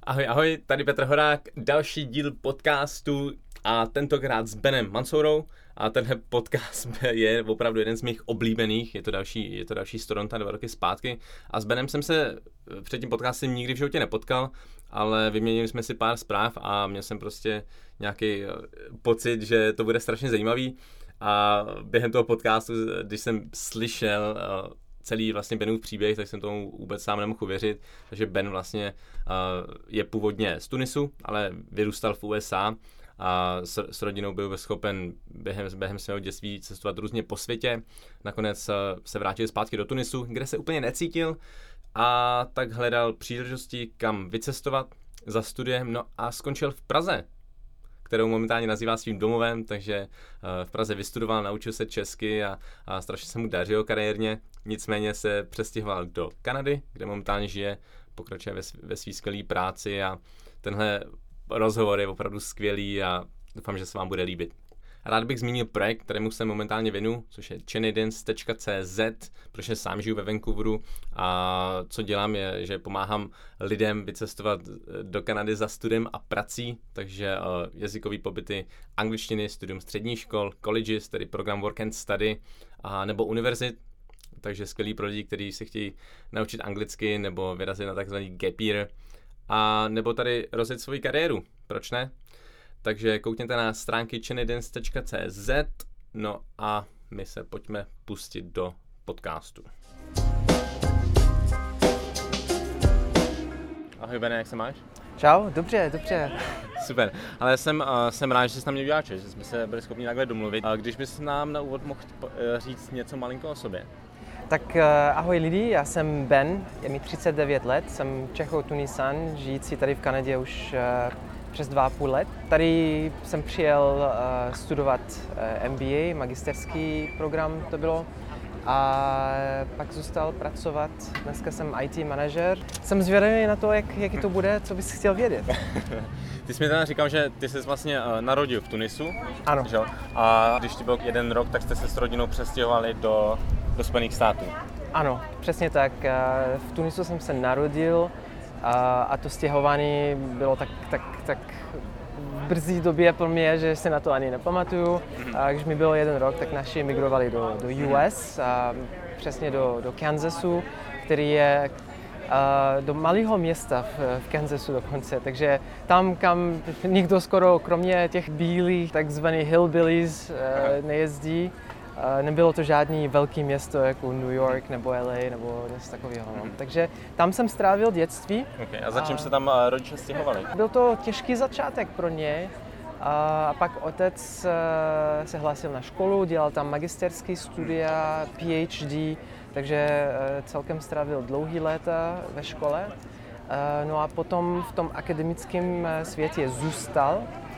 Ahoj, ahoj, tady Petr Horák, další díl podcastu a tentokrát s Benem Mansourou a tenhle podcast je opravdu jeden z mých oblíbených, je to další Studenta 2 roky zpátky a s Benem jsem se před tím podcastem nikdy v životě nepotkal, ale vyměnili jsme si pár zpráv a měl jsem prostě nějaký pocit, že to bude strašně zajímavý a během toho podcastu, když jsem slyšel celý vlastně Benův příběh, tak jsem tomu vůbec sám nemohl uvěřit, takže Ben vlastně je původně z Tunisu, ale vyrůstal v USA a s rodinou byl schopen během svého dětství cestovat různě po světě. Nakonec se vrátil zpátky do Tunisu, kde se úplně necítil a tak hledal příležitosti, kam vycestovat za studiem, no a skončil v Praze, kterou momentálně nazývá svým domovem, takže v Praze vystudoval, naučil se česky a strašně se mu dařilo kariérně. Nicméně se přestěhoval do Kanady, kde momentálně žije, pokračuje ve své skvělé práci a tenhle rozhovor je opravdu skvělý a doufám, že se vám bude líbit. Rád bych zmínil projekt, kterému se momentálně věnu, což je chanadance.cz, protože sám žiju ve Vancouveru a co dělám je, že pomáhám lidem vycestovat do Kanady za studiem a prací, takže jazykový pobyty, angličtiny, studium středních škol, colleges, tedy program Work and Study, a nebo univerzit, takže skvělý pro lidi, kteří se chtějí naučit anglicky nebo vyrazit na takzvaný gap year, a nebo tady rozjet svoji kariéru, proč ne? Takže koukněte na stránky chanadance.cz, no a my se pojďme pustit do podcastu. Ahoj Bene, jak se máš? Čau, dobře. Super, ale jsem rád, že jsi na mě udělal čas, že jsme se byli schopni takhle domluvit. A když bys nám na úvod mohl říct něco malinko o sobě? Tak ahoj lidi, já jsem Ben, je mi 39 let, jsem Čecho-Tunisan, žijící tady v Kanadě už přes 2,5 let. Tady jsem přijel studovat MBA, magisterský program to bylo, a pak zůstal pracovat. Dneska jsem IT manažer. Jsem zvědavý na to, jaký to bude, co bys chtěl vědět. Ty jsi mi teda říkal, že ty jsi vlastně narodil v Tunisu. Ano. Že? A když ti byl 1 rok, tak jste se s rodinou přestěhovali do Spojených států. Ano, přesně tak. V Tunisu jsem se narodil a to stěhování bylo tak v brzí době pro mě, že si na to ani nepamatuju. A když mi bylo 1 rok, tak naši migrovali do US, přesně do Kansasu, který je do malého města v Kansasu dokonce, takže tam, kam nikdo skoro kromě těch bílých takzvaných hillbillies nejezdí. Nebylo to žádný velký město jako New York nebo LA nebo něco takového. No. Takže tam jsem strávil dětství. Okay. A za čím se tam rodiče stěhovali? Byl to těžký začátek pro ně. A pak otec se hlásil na školu, dělal tam magisterský studia, PhD, takže celkem strávil dlouhý léta ve škole. No a potom v tom akademickém světě zůstal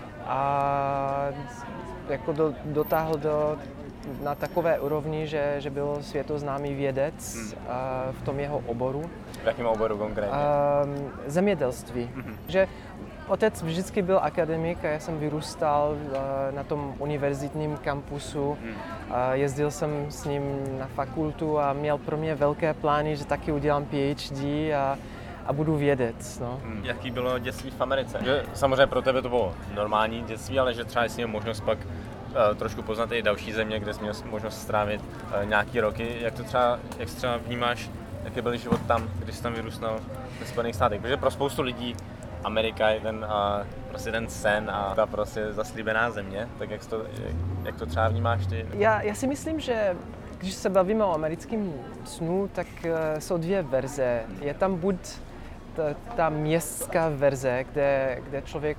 a jako dotáhl na takové úrovni, že byl světoznámý vědec v tom jeho oboru. V jakém oboru konkrétně? Zemědělství. Že otec vždycky byl akademik a já jsem vyrůstal na tom univerzitním kampusu. Jezdil jsem s ním na fakultu a měl pro mě velké plány, že taky udělám PhD a budu vědec. No. Jaký bylo dětství v Americe? Že samozřejmě pro tebe to bylo normální dětství, ale že třeba jsi měl možnost pak trošku poznat i další země, kde jsi měl možnost strávit nějaký roky. Jak třeba vnímáš, jaký byl život tam, když jsi tam vyrůstal ve Spojených státech? Protože pro spoustu lidí Amerika je prostě ten sen a ta prostě zaslíbená země. Tak jak to třeba vnímáš ty? Já si myslím, že když se bavíme o americkém snu, tak jsou 2 verze. Je tam buď ta městská verze, kde člověk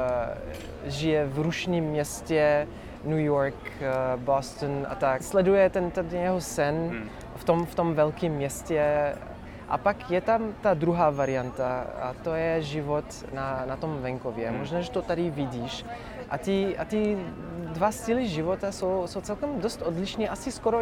žije v rušném městě, New York, Boston a tak. Sleduje ten jeho sen v tom velkém městě. A pak je tam ta druhá varianta a to je život na tom venkově. Možná, že to tady vidíš. A ty 2 styly života jsou celkem dost odlišné, asi skoro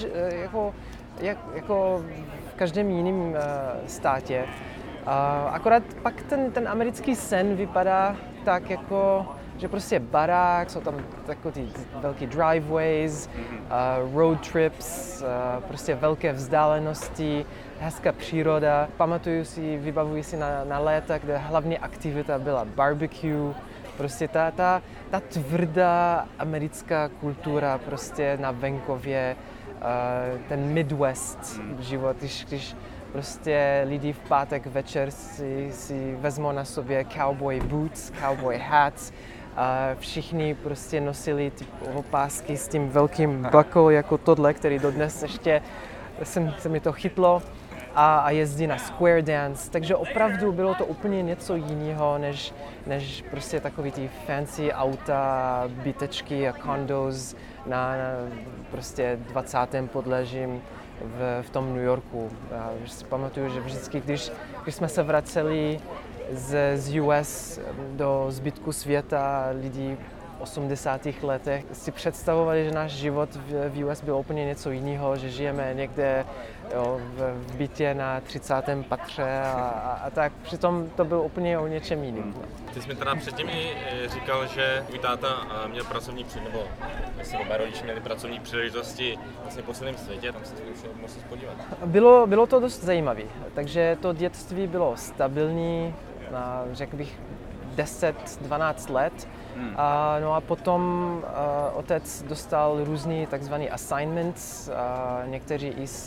jako v každém jiném státě. Akorát pak ten americký sen vypadá tak jako že prostě barák, jsou tam takové ty velké driveways, road trips, prostě velké vzdálenosti, hezká příroda. Pamatuju si, vybavuji si na léta, kde hlavní aktivita byla barbecue, prostě ta tvrdá americká kultura prostě na venkově, ten Midwest život, když prostě lidi v pátek večer si vezmou na sobě cowboy boots, cowboy hats, všichni prostě nosili ty opásky s tím velkým buckle jako tohle, který dodnes ještě se mi to chytlo. A jezdí na square dance, takže opravdu bylo to úplně něco jiného, než prostě takový ty fancy auta, bytečky a condos na prostě 20. podlažím v tom New Yorku. Já si pamatuju, že vždycky, když jsme se vraceli z US do zbytku světa, lidi v 80. letech si představovali, že náš život v US byl úplně něco jiného, že žijeme někde v bytě na 30. patře a tak. Přitom to bylo úplně o něčem jiným. Ty jsi mi teda předtím říkal, že tvůj táta měl pracovní nebo jestli oba rodiče měli pracovní příležitosti vlastně po celém světě, tam se mohl podívat. Bylo to dost zajímavé, takže to dětství bylo stabilní, řekl bych 10-12 let. No a potom otec dostal různý takzvaný assignments, někteří i z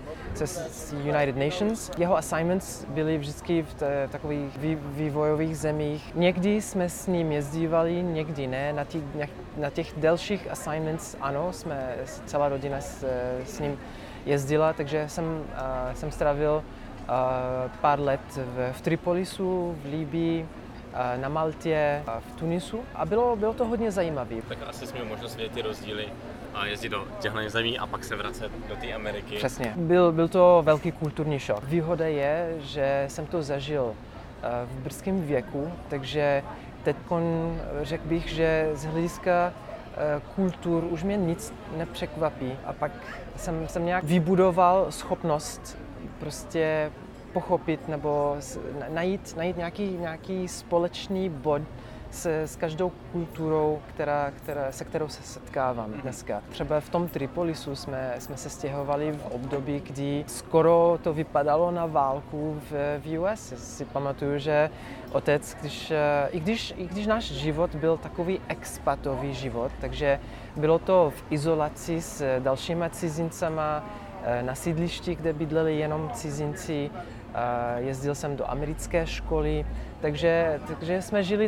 United Nations. Jeho assignments byly vždycky v takových vývojových zemích. Někdy jsme s ním jezdívali, někdy ne. Na těch delších assignments ano, celá rodina s ním jezdila, takže jsem strávil pár let v Tripolisu, v Libyi, na Maltě, v Tunisu a bylo to hodně zajímavé. Tak asi jsme měli možnost vidět ty rozdíly a jezdit do těchto zemí a pak se vracet do té Ameriky. Přesně. Byl to velký kulturní šok. Výhoda je, že jsem to zažil v brzkém věku, takže teď řekl bych, že z hlediska kultur už mě nic nepřekvapí a pak jsem nějak vybudoval schopnost prostě pochopit nebo najít nějaký společný bod s každou kulturou, se kterou se setkávám dneska. Třeba v tom Tripolisu jsme se stěhovali v období, kdy skoro to vypadalo na válku v US. Si pamatuju, že otec, i když náš život byl takový expatový život, takže bylo to v izolaci s dalšíma cizincama, na sídlišti, kde bydleli jenom cizinci, jezdil jsem do americké školy, takže jsme žili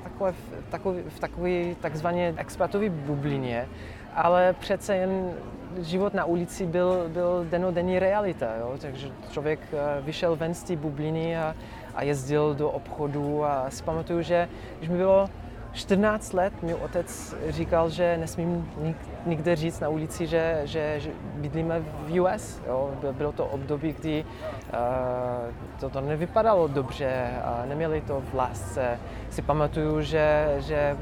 v takové takzvané expatové bublině, ale přece jen život na ulici byl dennodenní realita, jo? Takže člověk vyšel ven z té bubliny a jezdil do obchodu a si pamatuju, že když mi bylo 14 let, mi otec říkal, že nesmím nikde říct na ulici, že bydlíme v US. Jo. Bylo to období, kdy to nevypadalo dobře a neměli to v lásce. Si pamatuju, že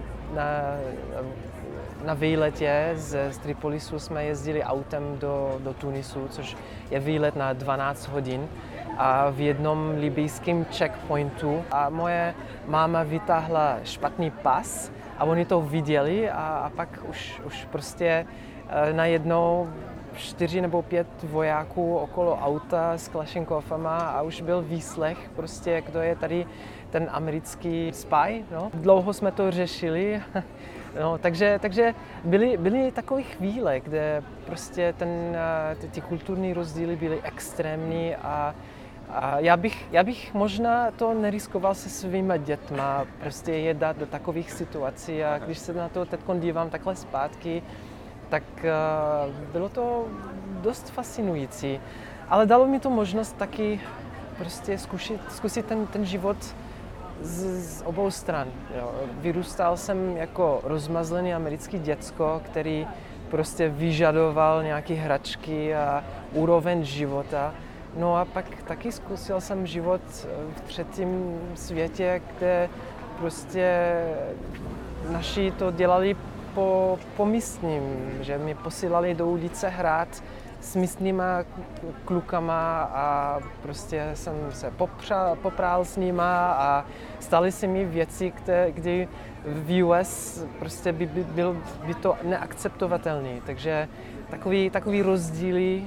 na výletě z Tripolisu jsme jezdili autem do Tunisu, což je výlet na 12 hodin. A v jednom libyjském checkpointu a moje máma vytáhla špatný pas a oni to viděli a pak už prostě najednou 4 nebo 5 vojáků okolo auta s klašenkofama a už byl výslech prostě, kdo je tady ten americký spy. No. Dlouho jsme to řešili. No, takže byly takové chvíle, kde prostě ty kulturní rozdíly byly extrémní a já bych možná to neriskoval se svýma dětma, prostě je dát do takových situací a když se na to teď dívám takhle zpátky, tak bylo to dost fascinující. Ale dalo mi to možnost taky prostě zkusit ten život z obou stran. Jo. Vyrůstal jsem jako rozmazlený americký děcko, který prostě vyžadoval nějaké hračky a úroveň života. No a pak taky zkusil jsem život v třetím světě, kde prostě naši to dělali po místním, že mě posílali do ulice hrát s místníma klukama a prostě jsem se poprál s nima a staly se mi věci, kdy v US prostě byl to neakceptovatelné. Takže takový rozdíly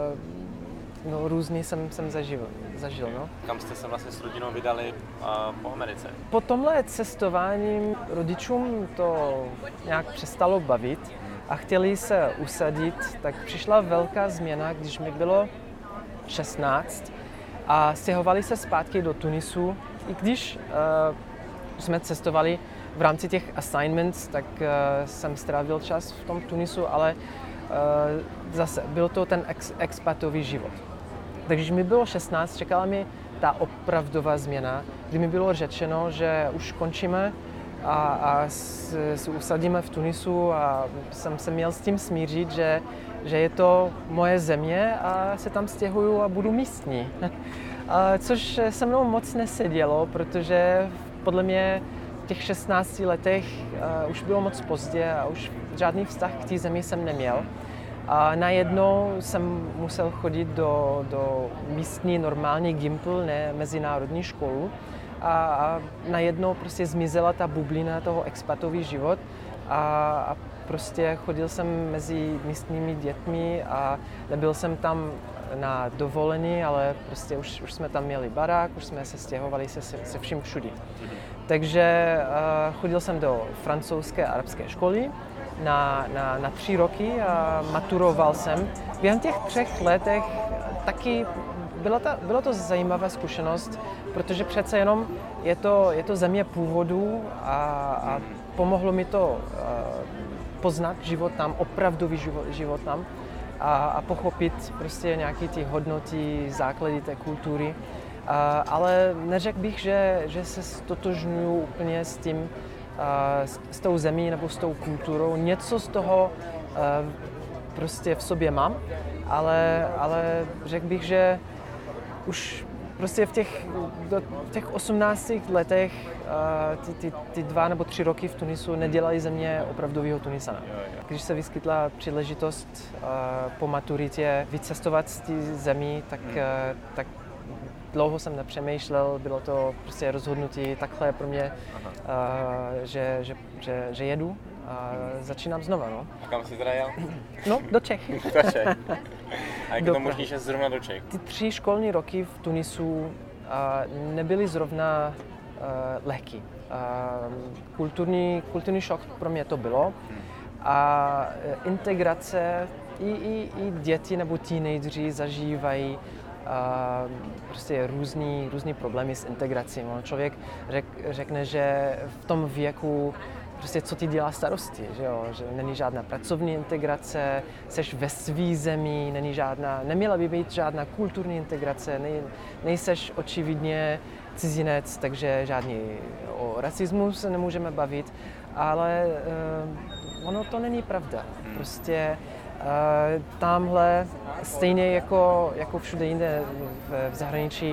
různý jsem zažil. No. Kam jste se vlastně s rodinou vydali po Americe? Po tomhle cestování rodičům to nějak přestalo bavit a chtěli se usadit, tak přišla velká změna, když mi bylo 16 a stěhovali se zpátky do Tunisu. I když jsme cestovali v rámci těch assignments, tak jsem strávil čas v tom Tunisu, ale zase byl to ten expatový život. Takže když mi bylo 16, čekala mi ta opravdová změna, kdy mi bylo řečeno, že už končíme a se usadíme v Tunisu a jsem se měl s tím smířit, že je to moje země a se tam stěhuju a budu místní. Což se mnou moc nesedělo, protože podle mě v těch 16 letech už bylo moc pozdě a už žádný vztah k té zemi jsem neměl. A najednou jsem musel chodit do místní normální Gimpl, ne mezinárodní školu. A najednou prostě zmizela ta bublina toho expatový život a prostě chodil jsem mezi místními dětmi a nebyl jsem tam na dovolený, ale prostě už jsme tam měli barák, už jsme se stěhovali se vším všudy. Takže chodil jsem do francouzské a arabské školy na 3 roky a maturoval jsem. Během těch 3 letech taky byla to zajímavá zkušenost, protože přece jenom je to země původu a pomohlo mi to poznat život tam, opravdový život tam a pochopit prostě nějaké ty hodnoty, základy té kultury. Ale neřekl bych, že se stotožňuji úplně s tím, s tou zemí nebo s tou kulturou. Něco z toho prostě v sobě mám, ale řekl bych, že už prostě v těch 18 letech ty 2 nebo 3 roky v Tunisu nedělali ze mě opravdovýho Tunisana. Když se vyskytla příležitost po maturitě vycestovat z té zemí, tak dlouho jsem nepřemýšlel, bylo to prostě rozhodnutí takhle pro mě, že jedu a začínám znova. No. A kam jsi teda jel? No, do Čech. Do Čech. A jak je to možný, že zrovna do Čech? Ty 3 školní roky v Tunisu nebyly zrovna lehký. Kulturní šok pro mě to bylo. A integrace i děti nebo teenageři zažívají prostě různý problémy s integrací. Člověk řekne, že v tom věku prostě co ti dělá starosti, že není žádná pracovní integrace, seš ve svý zemi, neměla by být žádná kulturní integrace, nejseš očividně cizinec, takže žádný o rasismu se nemůžeme bavit, ale ono to není pravda. Prostě tamhle stejně jako všude jinde v zahraničí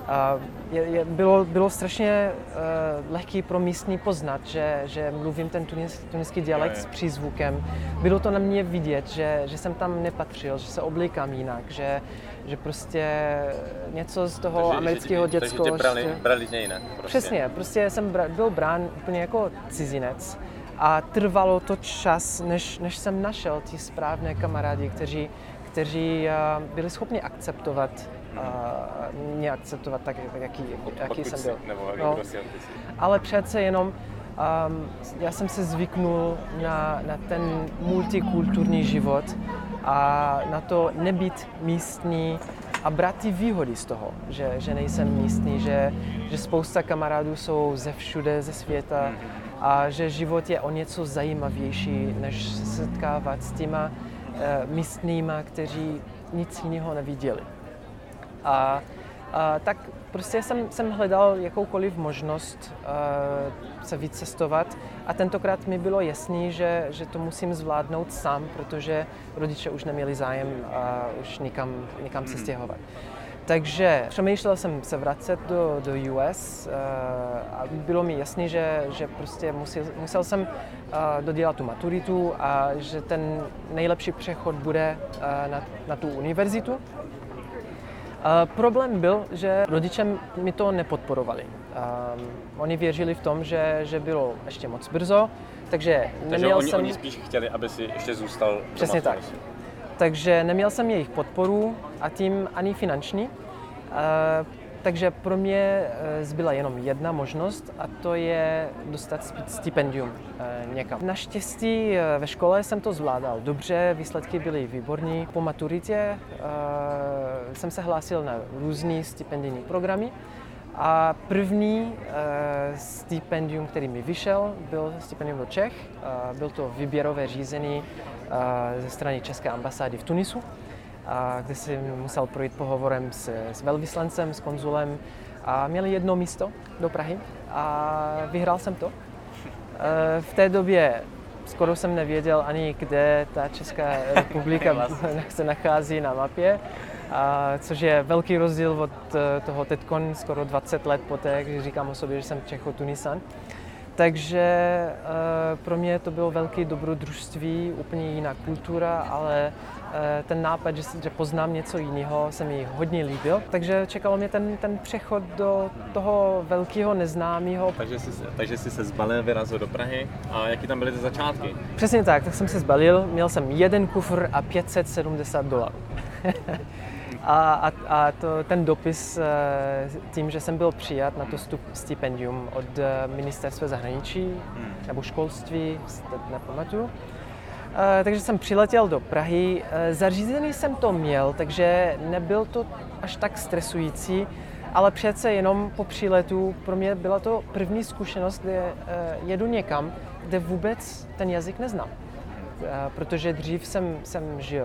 bylo strašně lehký pro místní poznat, že mluvím ten tuniský dialekt s přízvukem. Bylo to na mě vidět, že jsem tam nepatřil, že se oblíkám jinak, že prostě něco z toho amerického dětského... Takže tě brali jinak. Přesně, prostě jsem byl brán úplně jako cizinec. A trvalo to čas, než jsem našel ty správné kamarády, kteří byli schopni akceptovat, mě akceptovat tak, jaký jsem byl. No, ale přece jenom já jsem se zvyknul na ten multikulturní život a na to nebýt místní a brát ty výhody z toho, že nejsem místní, že spousta kamarádů jsou ze všude, ze světa, a že život je o něco zajímavější, než se setkávat s těma místníma, kteří nic jiného neviděli. A tak prostě jsem hledal jakoukoliv možnost se vycestovat a tentokrát mi bylo jasný, že to musím zvládnout sám, protože rodiče už neměli zájem už nikam se stěhovat. Takže přemýšlel jsem se vracet do US a bylo mi jasný, že prostě musel jsem dodělat tu maturitu a že ten nejlepší přechod bude na tu univerzitu. Problém byl, že rodiče mi to nepodporovali. Oni věřili v tom, že bylo ještě moc brzo, takže neměl jsem... oni spíš chtěli, aby si ještě zůstal doma. Přesně tak. Takže neměl jsem jejich podporu a tím ani finanční. Takže pro mě zbyla jenom jedna možnost a to je dostat stipendium někam. Naštěstí ve škole jsem to zvládal dobře, výsledky byly výborné. Po maturitě jsem se hlásil na různé stipendijní programy a první stipendium, který mi vyšel, byl stipendium do Čech. Byl to výběrové řízení ze strany České ambasády v Tunisu, kde jsem musel projít pohovorem s velvyslancem, s konzulem a měli jedno místo do Prahy a vyhrál jsem to. V té době skoro jsem nevěděl ani, kde ta Česká republika se nachází na mapě, což je velký rozdíl od toho teďkon skoro 20 let poté, když říkám o sobě, že jsem Čecho-Tunisan. Takže pro mě to bylo velké dobrodružství, úplně jiná kultura, ale ten nápad, že poznám něco jiného, se mi hodně líbil. Takže čekalo mě ten přechod do toho velkého neznámého. Takže jsi se zbalil, vyrazil do Prahy a jaký tam byly ty začátky? Přesně tak jsem se zbalil, měl jsem jeden kufr a $570. Ten dopis tím, že jsem byl přijat na to stipendium od ministerstva zahraničí nebo školství, nepamatuju. Takže jsem přiletěl do Prahy. Zařízený jsem to měl, takže nebyl to až tak stresující, ale přece jenom po příletu pro mě byla to první zkušenost, kde jedu někam, kde vůbec ten jazyk neznám. Protože dřív jsem žil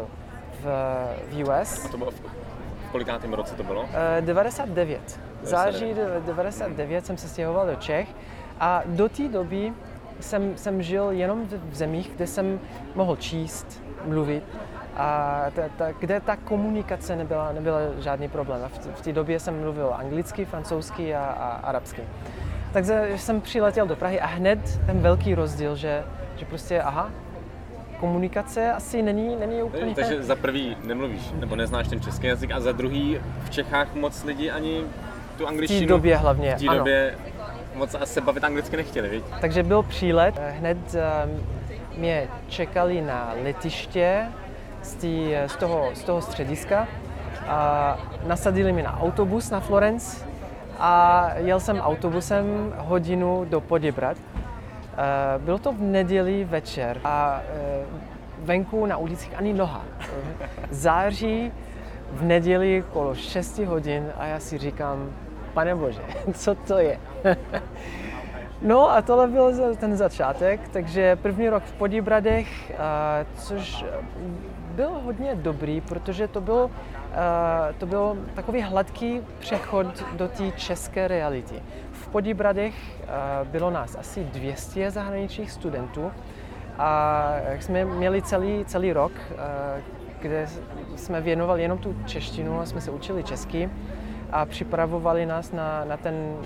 v US. A to bylo v kolikátém roce to bylo? 99. Září 99 jsem se stěhoval do Čech a do té doby jsem žil jenom v zemích, kde jsem mohl číst, mluvit a kde ta komunikace nebyla žádný problém. A v té době jsem mluvil anglicky, francouzsky a arabsky. Takže jsem přiletěl do Prahy a hned ten velký rozdíl, že prostě komunikace asi není úplně... Takže za prvý nemluvíš, nebo neznáš ten český jazyk a za druhý v Čechách moc lidi ani tu angličtinu... V té době hlavně, v té době moc se bavit anglicky nechtěli, viď? Takže byl přílet, hned mě čekali na letiště z toho střediska a nasadili mi na autobus na Florence a jel jsem autobusem hodinu do Poděbrad. Bylo to v neděli večer a venku na ulicích ani noha. Září v neděli okolo 6 hodin a já si říkám, pane bože, co to je? No a tohle byl ten začátek, takže první rok v Poděbradech, což byl hodně dobrý, protože to byl takový hladký přechod do té české reality. V Poděbradech bylo nás asi 200 zahraničních studentů a jsme měli celý rok, kde jsme věnovali jenom tu češtinu a jsme se učili česky a připravovali nás na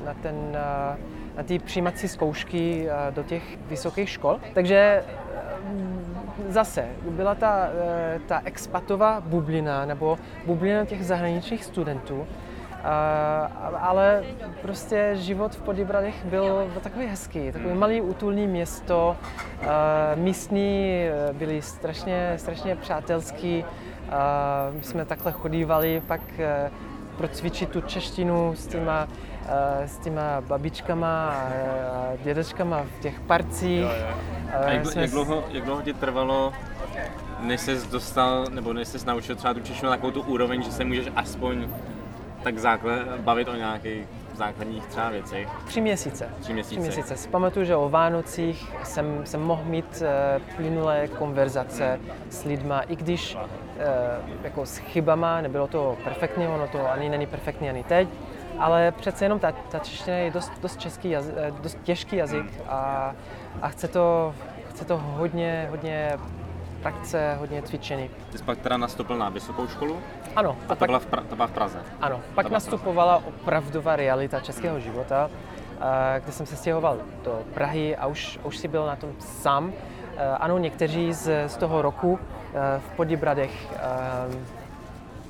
ty přijímací zkoušky do těch vysokých škol. Takže zase byla ta expatová bublina nebo bublina těch zahraničních studentů, ale prostě život v Poděbradech byl takový hezký, takový malý útulný město, místní byli strašně přátelský, jsme takhle chodívali pak procvičit tu češtinu s těma babičkama a dědečkama v těch parcích. Jak dlouho ti trvalo, než ses dostal, nebo než ses naučil třeba tu češtinu na takovou tu úroveň, že se můžeš aspoň tak bavit o nějakých základních třeba věcech? 3 měsíce. 3 měsíce. Si pamatuju, že o Vánocích jsem mohl mít plynulé konverzace s lidma, i když jako s chybama, nebylo to perfektní, ono to ani není perfektní ani teď, ale přece jenom ta čeština je dost těžký jazyk a chce to hodně praxe, hodně cvičení. Ty jsi pak teda nastoupil na vysokou školu? Ano. A to byla v Praze? Ano, pak nastupovala opravdová realita českého života, kde jsem se stěhoval do Prahy a už si byl na tom sám. Ano, někteří z toho roku v Poděbradech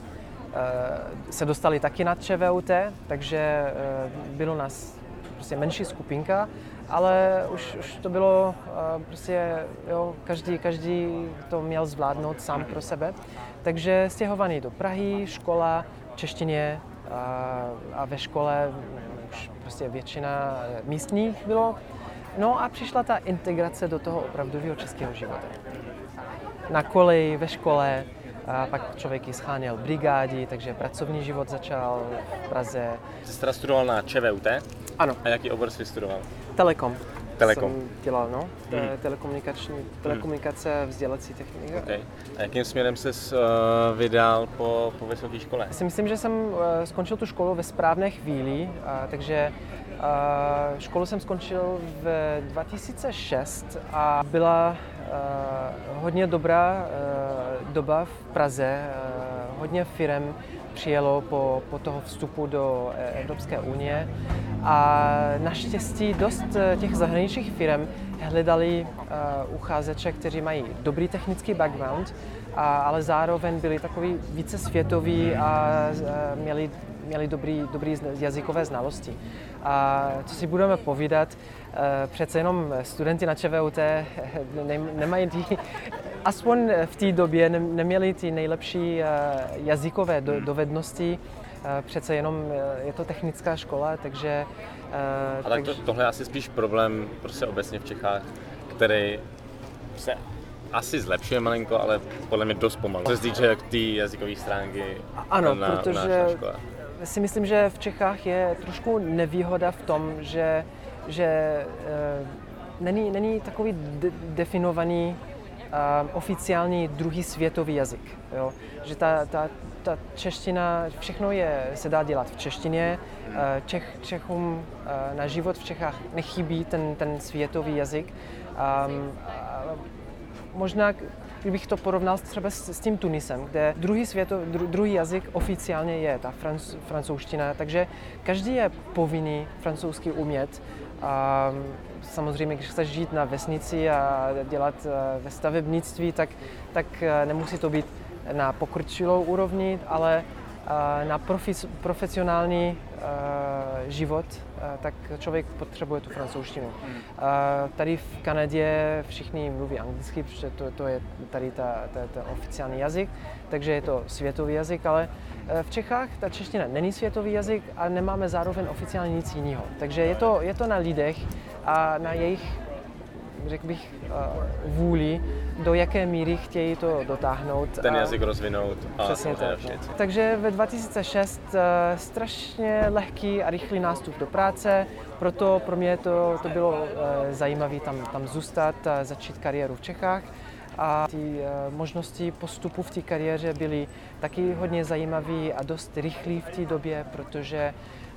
se dostali taky na ČVUT, takže bylo nás prostě menší skupinka, ale už to bylo prostě, jo, každý to měl zvládnout sám pro sebe. Takže stěhovaný do Prahy, škola, češtině a ve škole už prostě většina místních bylo. No a přišla ta integrace do toho opravdového českého života. Na koleji, ve škole, a pak člověk ji scháněl v brigádě, takže pracovní život začal v Praze. Jsi teda studoval na ČVUT? Ano. A jaký obor jsi studoval? Telekom. Telekom. Jsem dělal, no. Telekomunikace, vzdělací technika. Okay. A jakým směrem jsi vydal po vysoké škole? Já si myslím, že jsem skončil tu školu ve správné chvíli, takže školu jsem skončil v 2006 a byla hodně dobrá doba v Praze. Hodně firem přijelo po toho vstupu do Evropské unie a naštěstí dost těch zahraničních firm hledali uchazeče, kteří mají dobrý technický background, ale zároveň byli takový více světoví a měli dobrý jazykové znalosti. A co si budeme povídat, přece jenom studenti na ČVUT nemají aspoň v té době neměli ty nejlepší jazykové dovednosti. Přece jenom je to technická škola, takže... Tohle je asi spíš problém prostě obecně v Čechách, který se asi zlepšuje malinko, ale podle mě dost pomalu. Co se týče ty jazykové stránky ano, na protože škole. Si myslím, že v Čechách je trošku nevýhoda v tom, že není takový definovaný oficiální druhý světový jazyk. Jo? Že ta čeština, všechno se dá dělat v češtině. Čechům na život v Čechách nechybí ten světový jazyk. Možná, kdybych to porovnal třeba s tím Tunisem, kde druhý jazyk oficiálně je ta francouzština, takže každý je povinný francouzsky umět. Samozřejmě, když chceš žít na vesnici a dělat ve stavebnictví, tak nemusí to být na pokročilou úrovni, ale na profesionální život, tak člověk potřebuje tu francouzštinu. Tady v Kanadě všichni mluví anglicky, protože to je tady ta oficiální jazyk, takže je to světový jazyk, ale v Čechách ta čeština není světový jazyk a nemáme zároveň oficiálně nic jiného. Takže je to na lidech a na jejich, řekl bych, vůli, do jaké míry chtějí to dotáhnout. Ten jazyk rozvinout. Přesně tak. Takže ve 2006 strašně lehký a rychlý nástup do práce, proto pro mě to bylo zajímavé tam zůstat a začít kariéru v Čechách. A ty možnosti postupu v té kariéře byly taky hodně zajímavé a dost rychlé v té době, protože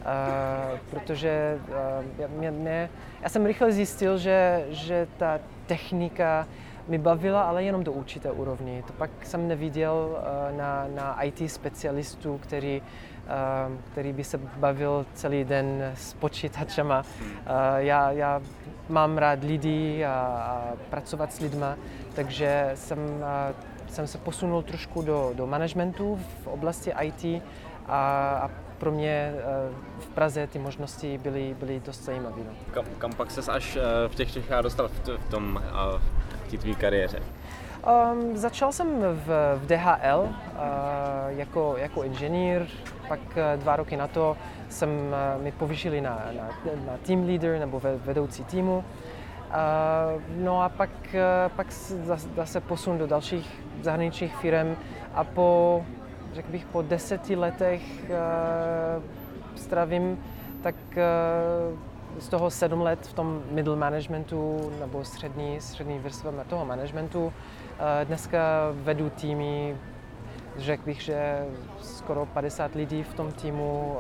já jsem rychle zjistil, že ta technika mi bavila, ale jenom do určité úrovni. To pak jsem neviděl na IT specialistu, který by se bavil celý den s počítačema. Já mám rád lidi a pracovat s lidma, takže jsem se posunul trošku do managementu v oblasti IT a pro mě v Praze ty možnosti byly dost zajímavé. No. Kam pak ses až v těch Čechách dostal v té tvý kariéře? Začal jsem v DHL jako inženýr, pak 2 roky na to mi povýšili na team leader nebo vedoucí týmu. No a pak zase posun do dalších zahraničních firm a řekl bych, po 10 letech stravím, tak z toho 7 let v tom middle managementu nebo střední vrstva toho managementu. Dneska vedu týmy, řekl bych, že skoro 50 lidí v tom týmu,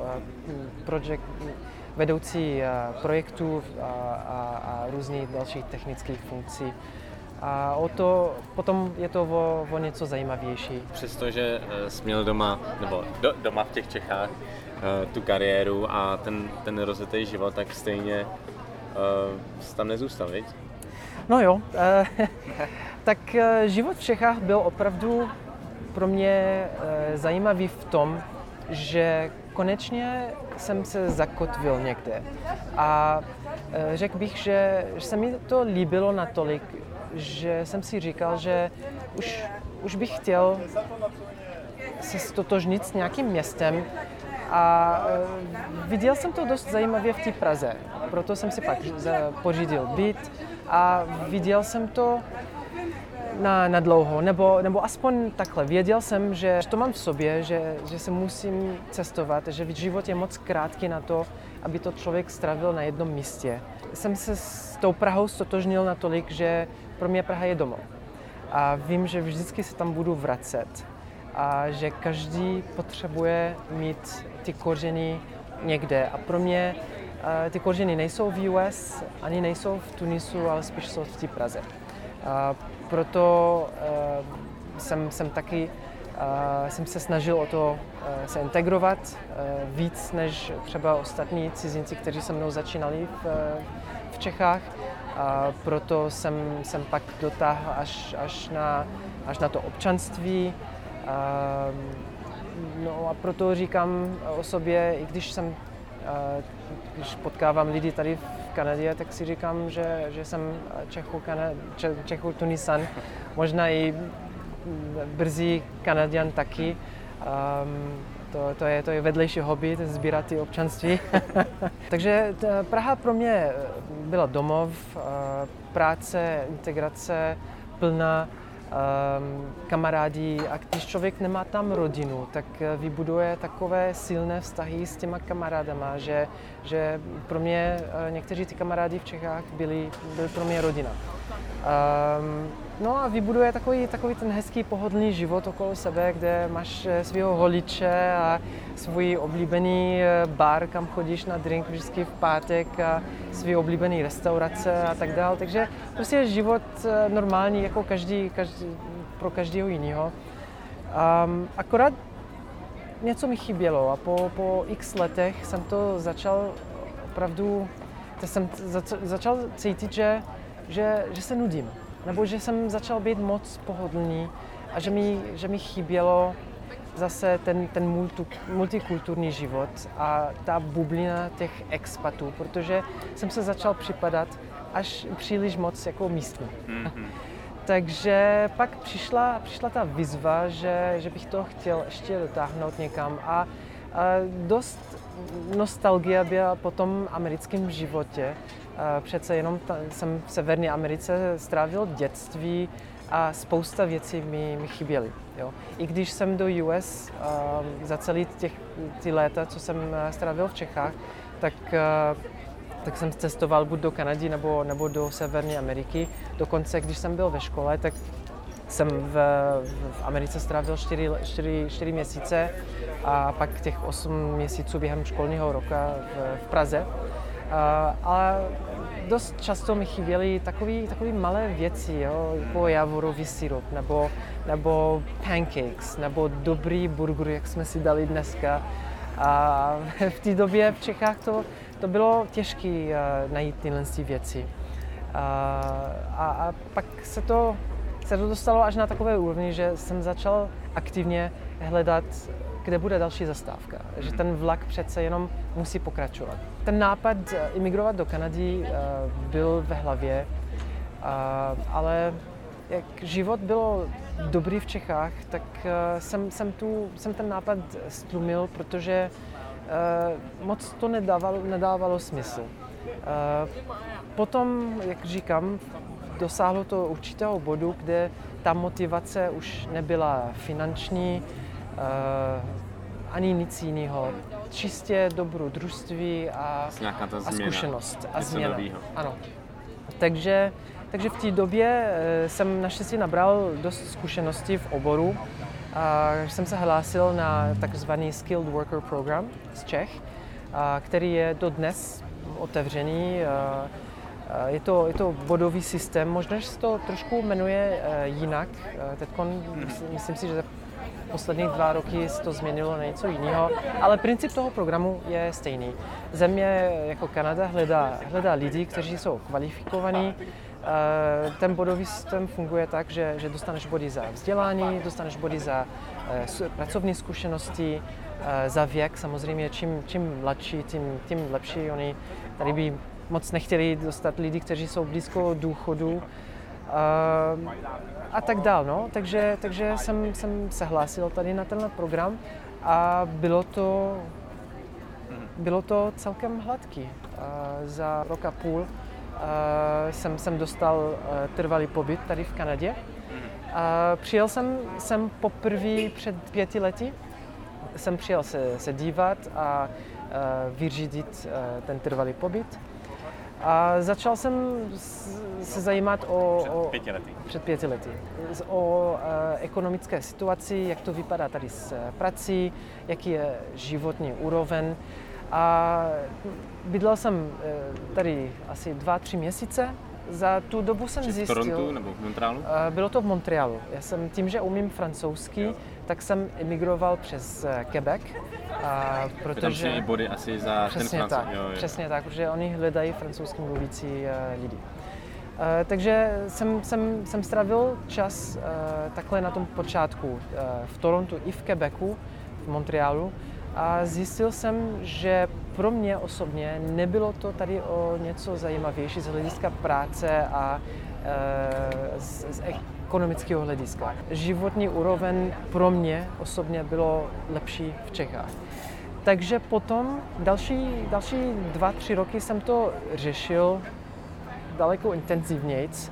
vedoucí projektů a různých dalších technických funkcí. A potom je to o něco zajímavější. Přestože jsi měl doma v těch Čechách tu kariéru a ten rozjetý život, tak stejně jsi tam nezůstal, viď? No jo, tak život v Čechách byl opravdu pro mě zajímavý v tom, že konečně jsem se zakotvil někde. A řekl bych, že se mi to líbilo natolik, že jsem si říkal, že už bych chtěl se stotožnit s nějakým městem a viděl jsem to dost zajímavě v té Praze. Proto jsem si pak pořídil byt a viděl jsem to na dlouho, nebo aspoň takhle. Věděl jsem, že to mám v sobě, že se musím cestovat, že život je moc krátký na to, aby to člověk strávil na jednom místě. Jsem se s tou Prahou stotožnil natolik, že pro mě Praha je domov. A vím, že vždycky se tam budu vracet. A že každý potřebuje mít ty kořeny někde. A pro mě ty kořeny nejsou v US, ani nejsou v Tunisu, ale spíš jsou v té Praze. Proto jsem se snažil o to se integrovat víc než třeba ostatní cizinci, kteří se mnou začínali v Čechách. Proto jsem pak dotáhl až na to občanství. No a proto říkám o sobě, i když potkávám lidi tady v Kanadě, tak si říkám, že jsem Čechu Tunisan, možná i brzy Kanaďan taky. To je vedlejší hobby, sbírat ty občanství. Takže Praha pro mě byla domov, práce, integrace plná, kamarádi, a když člověk nemá tam rodinu, tak vybuduje takové silné vztahy s těma kamarádama, že pro mě někteří ty kamarádi v Čechách byli pro mě rodina. No a vybuduje takový ten hezký pohodlný život okolo sebe, kde máš svého holiče a svůj oblíbený bar, kam chodíš na drink vždycky v pátek a svý oblíbený restaurace a tak dále. Takže prostě je život normální jako pro každého jiného. Akorát něco mi chybělo a po x letech jsem to začal opravdu, začal cítit, že se nudím. Nebo že jsem začal být moc pohodlný a že mi chybělo zase ten multikulturní život a ta bublina těch expatů, protože jsem se začal připadat až příliš moc jako místní. Mm-hmm. Takže pak přišla ta výzva, že bych to chtěl ještě dotáhnout někam a dost nostalgie byla po tom americkém životě. Přece jenom jsem v Severní Americe strávil dětství a spousta věcí mi chyběly. Jo. I když jsem do US za celý ty léta, co jsem strávil v Čechách, tak jsem cestoval buď do Kanady nebo do Severní Ameriky. Dokonce, když jsem byl ve škole, tak jsem v Americe strávil 4 měsíce a pak těch 8 měsíců během školního roka v Praze. Ale dost často mi chyběly takové malé věci, jo, jako javorový sirup, nebo pancakes, nebo dobrý burger, jak jsme si dali dneska. A v té době v Čechách to bylo těžké najít tyhle věci. A pak se to dostalo až na takové úrovni, že jsem začal aktivně hledat, kde bude další zastávka, že ten vlak přece jenom musí pokračovat. Ten nápad imigrovat do Kanady byl ve hlavě, ale jak život bylo dobrý v Čechách, tak jsem ten nápad stlumil, protože moc to nedávalo smysl. Potom, jak říkám, dosáhlo to určitého bodu, kde ta motivace už nebyla finanční, ani nic jiného. Čistě dobrodružství a zkušenost a změna. Ano. Takže v té době jsem naštěstí nabral dost zkušeností v oboru. Jsem se hlásil na takzvaný Skilled Worker Program z Čech, který je dodnes otevřený. Je to bodový systém, možná, že se to trošku jmenuje jinak. Teďkon myslím si, že posledních 2 roky se to změnilo na něco jiného, ale princip toho programu je stejný. Země jako Kanada hledá lidi, kteří jsou kvalifikovaní. Ten bodový systém funguje tak, že dostaneš body za vzdělání, dostaneš body za pracovní zkušenosti, za věk. Samozřejmě čím mladší, tím lepší. Oni tady by moc nechtěli dostat lidi, kteří jsou blízko důchodu a tak dál. No. Takže jsem se hlásil tady na tenhle program a bylo to celkem hladký. Za rok a půl jsem dostal trvalý pobyt tady v Kanadě. Přijel jsem poprvé před 5 lety. Jsem přijel se dívat a vyřídit ten trvalý pobyt. A začal jsem se zajímat před 5 lety o ekonomické situaci, jak to vypadá tady s prací, jaký je životní úroveň. A bydlel jsem tady asi 2-3 měsíce. Za tu dobu jsem zjistil... V Torontu nebo v Montrealu? Bylo to v Montrealu. Já jsem tím, že umím francouzsky, tak jsem emigroval přes Quebec. Protože tam body asi za ten Francouz. Přesně tak, protože oni hledají francouzsky mluvící lidi. Takže jsem strávil čas takhle na tom počátku v Torontu i v Quebecu, v Montrealu. A zjistil jsem, že pro mě osobně nebylo to tady o něco zajímavější z hlediska práce a z ekonomického hlediska. Životní úroveň pro mě osobně bylo lepší v Čechách. Takže potom další 2-3 roky jsem to řešil daleko intenzivnějc.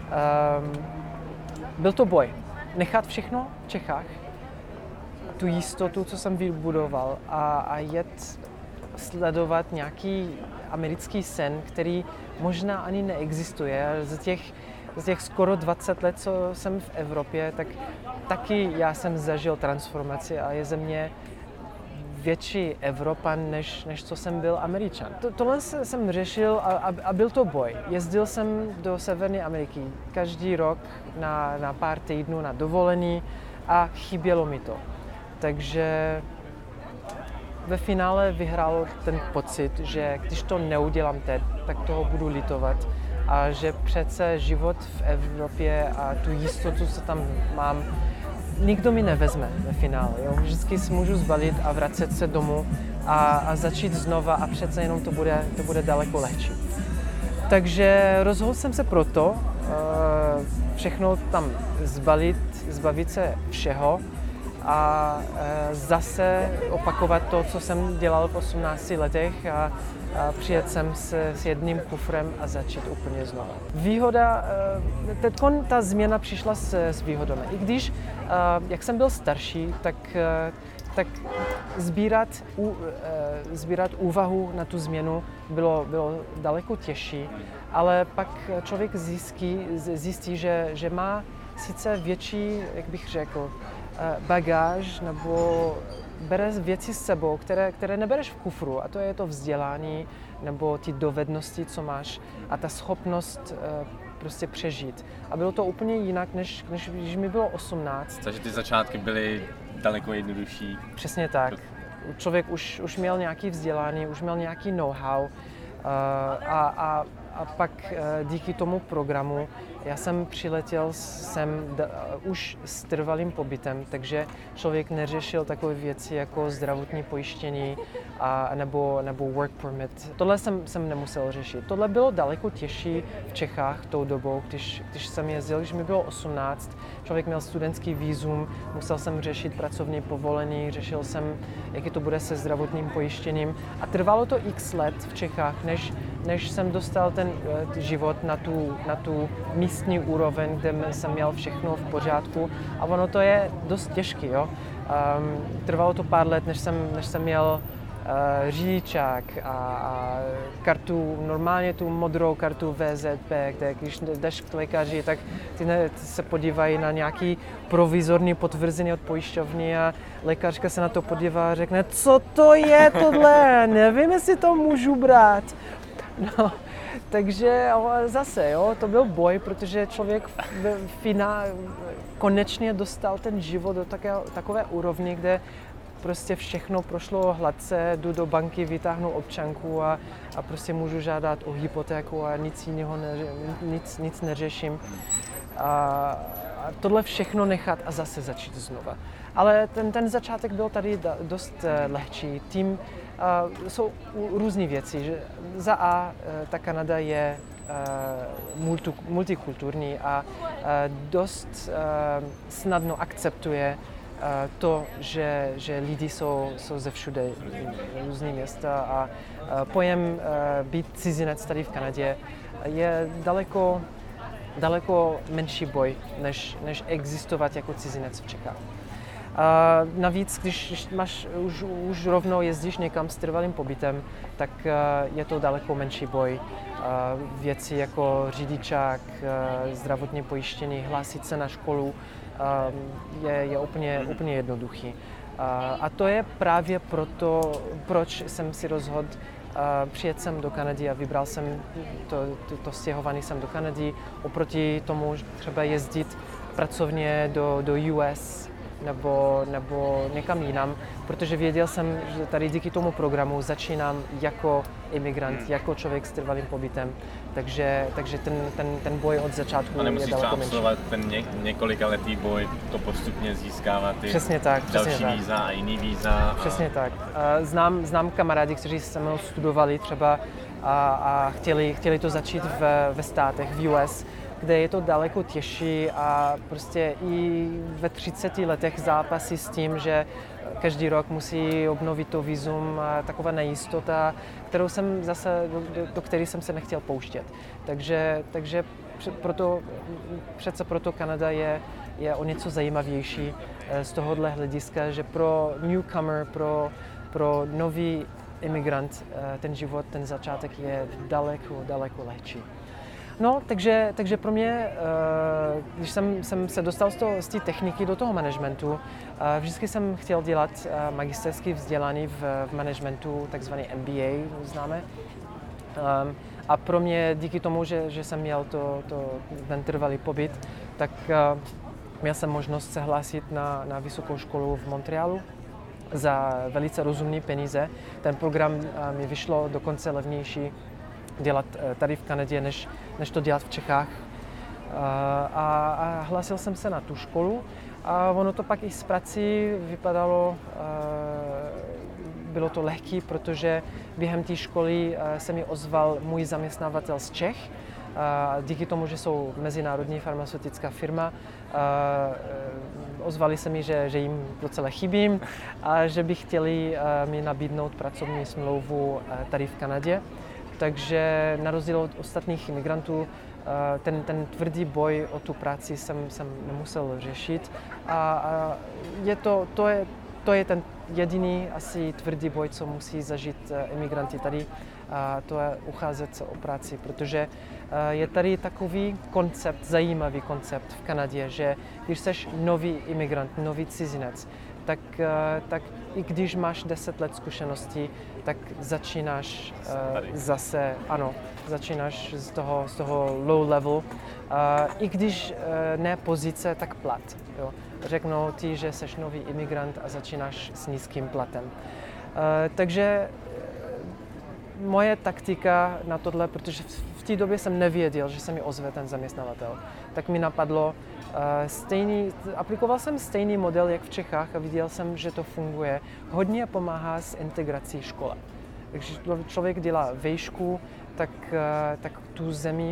Byl to boj. Nechat všechno v Čechách, tu jistotu, co jsem vybudoval a jet sledovat nějaký americký sen, který možná ani neexistuje. Z těch skoro 20 let, co jsem v Evropě, tak taky já jsem zažil transformaci a je ze mě větší Evropan, než co jsem byl Američan. Tohle jsem řešil a byl to boj. Jezdil jsem do Severní Ameriky každý rok na pár týdnů na dovolený a chybělo mi to. Takže ve finále vyhrál ten pocit, že když to neudělám teď, tak toho budu litovat a že přece život v Evropě a tu jistotu, co tam mám, nikdo mi nevezme ve finále. Jo? Vždycky si můžu zbalit a vracet se domů a začít znova a přece jenom to bude daleko lehčí. Takže rozhodl jsem se proto všechno tam zbavit se všeho a zase opakovat to, co jsem dělal v 18 letech a přijet sem s jedním kufrem a začít úplně znova. Výhoda, teďkon ta změna přišla s výhodami. I když, jak jsem byl starší, tak sbírat úvahu na tu změnu bylo daleko těžší, ale pak člověk zjistí, že má sice větší, jak bych řekl, bagáž nebo bere věci s sebou, které nebereš v kufru, a to je to vzdělání nebo ty dovednosti, co máš a ta schopnost prostě přežít. A bylo to úplně jinak, než když mi bylo 18. Takže ty začátky byly daleko jednodušší. Přesně tak. Člověk už měl nějaké vzdělání, už měl nějaký know-how a pak díky tomu programu já jsem přiletěl sem už s trvalým pobytem, takže člověk neřešil takové věci jako zdravotní pojištění nebo work permit. Tohle jsem nemusel řešit. Tohle bylo daleko těžší v Čechách tou dobou, když jsem jezdil, když mi bylo 18. Člověk měl studentský vízum, musel jsem řešit pracovní povolení, řešil jsem, jaký to bude se zdravotním pojištěním a trvalo to x let v Čechách, než jsem dostal ten život na tu místní úroveň, kde jsem měl všechno v pořádku a ono to je dost těžké. Trvalo to pár let, než jsem měl řidičák a kartu, normálně tu modrou kartu VZP, kde když jdeš k lékaři, tak ty se podívají na nějaký provizorní potvrzení od pojišťovny a lékařka se na to podívá a řekne, co to je tohle, nevím, jestli to můžu brát. No, Takže ale zase, jo, to byl boj, protože člověk konečně dostal ten život do takové úrovni, kde prostě všechno prošlo hladce, jdu do banky, vytáhnu občanku a prostě můžu žádat o hypotéku a nic jiného nic neřeším. A tohle všechno nechat a zase začít znova. Ale ten začátek byl tady dost lehčí. Tím jsou různé věci. Že za A ta Kanada je multikulturní a dost snadno akceptuje to, že lidi jsou ze všude různý města a pojem být cizinec tady v Kanadě je daleko menší boj, než existovat jako cizinec v Čechách. Navíc, když už rovnou jezdíš někam s trvalým pobytem, tak je to daleko menší boj. Věci jako řidičák, zdravotní pojištění, hlásit se na školu je úplně jednoduchý. A to je právě proto, proč jsem si rozhodl přijet sem do Kanady a vybral jsem to stěhování sem do Kanady oproti tomu třeba jezdit pracovně do US nebo někam jinam, protože věděl jsem, že tady díky tomu programu začínám jako imigrant, jako člověk s trvalým pobytem, takže ten boj od začátku je daleko menší. A nemusíš absolvovat ten několikaletý boj, to postupně získávat ty další víza a jiný víza. Přesně tak. Znám kamarády, kteří se mnou studovali třeba a chtěli to začít ve státech, v US, kde je to daleko těžší a prostě i ve 30 letech zápasí s tím, že každý rok musí obnovit to vízum a taková nejistota, kterou jsem zase, do které jsem se nechtěl pouštět. Takže proto Kanada je o něco zajímavější z tohohle hlediska, že pro newcomer, pro nový imigrant ten život, ten začátek je daleko lehčí. No, takže pro mě, když jsem se dostal z té techniky do toho managementu, vždycky jsem chtěl dělat magisterské vzdělání v managementu, takzvaný MBA, známe. A pro mě, díky tomu, že jsem měl ten trvalý pobyt, tak měl jsem možnost se hlásit na vysokou školu v Montrealu za velice rozumné peníze. Ten program mi vyšlo dokonce levnější dělat tady v Kanadě, než to dělat v Čechách. A hlásil jsem se na tu školu a ono to pak i s prací vypadalo, bylo to lehký, protože během té školy se mi ozval můj zaměstnavatel z Čech. Díky tomu, že jsou mezinárodní farmaceutická firma, ozvali se mi, že jim docela chybím a že by chtěli mi nabídnout pracovní smlouvu tady v Kanadě. Takže na rozdíl od ostatních imigrantů ten tvrdý boj o tu práci jsem nemusel řešit a to je ten jediný asi tvrdý boj, co musí zažít imigranti tady, a to je ucházet se o práci, protože je tady takový koncept, zajímavý koncept v Kanadě, že když jsi nový imigrant, nový cizinec, tak i když máš 10 let zkušeností, tak začínáš zase, začínáš z toho low level, i když ne pozice, tak plat. Jo. Řeknou ti, že jsi nový imigrant a začínáš s nízkým platem. Takže moje taktika na tohle, protože v té době jsem nevěděl, že se mi ozve ten zaměstnavatel, tak mi napadlo aplikoval jsem stejný model, jak v Čechách a viděl jsem, že to funguje. Hodně pomáhá s integrací škola. Když člověk dělá vejšku, tak tu zemi